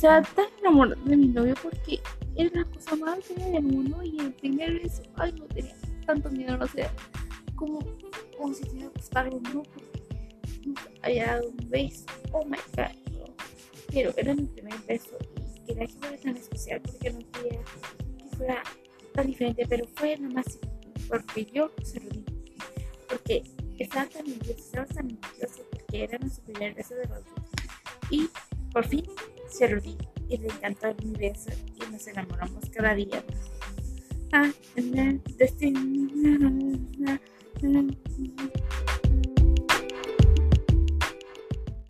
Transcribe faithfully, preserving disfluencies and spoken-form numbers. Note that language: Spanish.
estaba tan enamorada de mi novio porque era la cosa más bella del mundo y el primer beso, ay, no tenía tanto miedo, no sé, como, como si te iba a gustar algo, ¿no? Porque nunca había dado un beso, oh my god, no. Pero era mi primer beso y quería que fuera tan especial porque no quería que fuera tan diferente, pero fue nada más porque yo se lo di, porque estaba tan nerviosa, estaba tan nerviosa porque era nuestro primer beso de los dos. Y por fin se lo di y le encantó mi beso y nos enamoramos cada día más. Ah, destino.